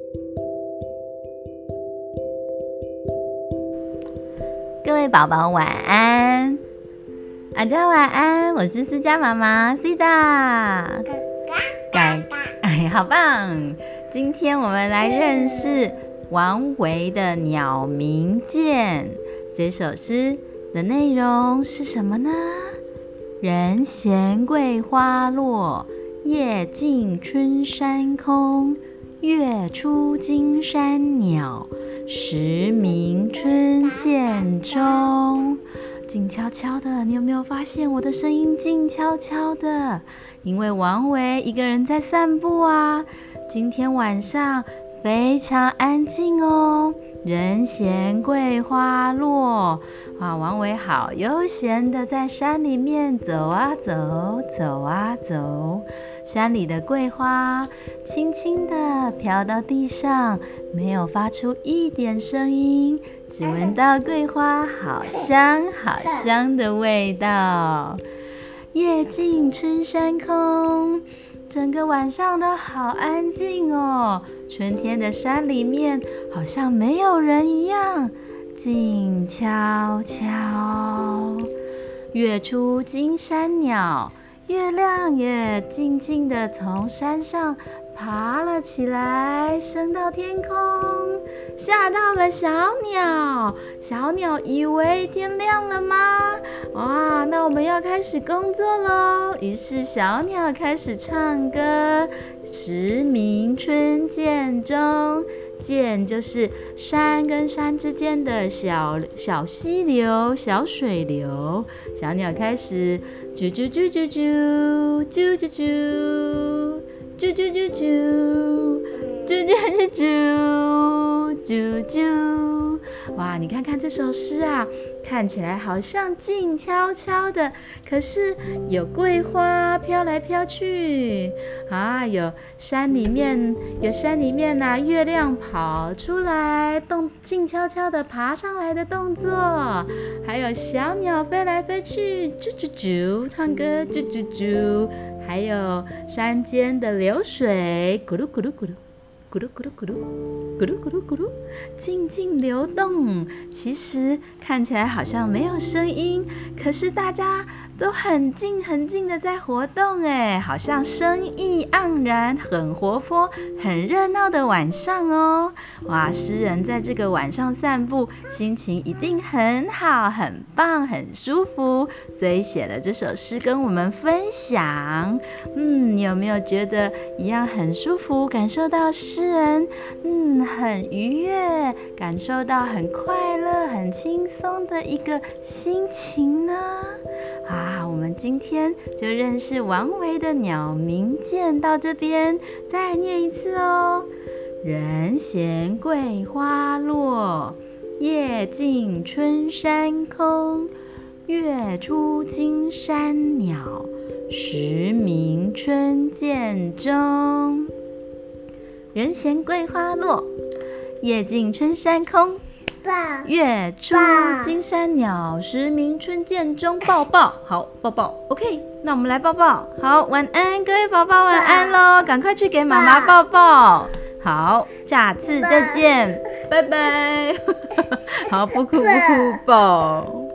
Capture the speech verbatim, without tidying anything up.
各位宝宝晚安，大家晚安，我是思佳妈妈 C 大。 哥哥， 哎，好棒！今天我们来认识王维的《鸟鸣涧》。这首诗的内容是什么呢？人闲桂花落，夜静春山空。月出惊山鸟，时鸣春涧中。静悄悄的，你有没有发现我的声音静悄悄的？因为王维一个人在散步啊。今天晚上非常安静哦，人闲桂花落啊，王维好悠闲的在山里面走啊走，走啊走。山里的桂花轻轻地飘到地上，没有发出一点声音，只闻到桂花好香好香的味道。夜静春山空，整个晚上都好安静哦，春天的山里面好像没有人一样，静悄悄。月出惊山鸟，月亮也静静地从山上爬了起来，升到天空，吓到了小鸟。小鸟以为天亮了吗？哇，那我们要开始工作咯。于是小鸟开始唱歌，时鸣春涧中。涧就是山跟山之间的小小溪流、小水流。小鸟开始啾啾啾啾啾啾啾啾啾啾啾啾啾啾啾啾啾。哇，你看看这首诗啊，看起来好像静悄悄的，可是有桂花飘来飘去啊，有山里面有山里面啊，月亮跑出来，动静悄悄的爬上来的动作，还有小鸟飞来飞去，啾啾啾，唱歌啾啾啾，还有山间的流水，咕噜咕噜咕噜。咕噜咕噜咕噜，咕噜咕噜咕噜，静静流动。其实看起来好像没有声音，可是大家都很静很静的在活动哎，好像生意盎然，很活泼，很热闹的晚上哦。哇，诗人在这个晚上散步，心情一定很好，很棒，很舒服，所以写了这首诗跟我们分享。嗯，你有没有觉得一样很舒服，感受到诗人嗯很愉悦，感受到很快乐、很轻松的一个心情呢？啊，我们今天就认识王维的《鸟鸣涧》到这边，再念一次哦。人闲桂花落，夜静春山空。月出惊山鸟，时鸣春涧中。人闲桂花落，夜静春山空。月出惊山鸟，时鸣春涧中。抱抱，好，抱抱 ，OK， 那我们来抱抱。好，晚安，各位宝宝，晚安咯，赶快去给妈妈抱抱。好，下次再见，拜拜。好，不哭不哭，抱。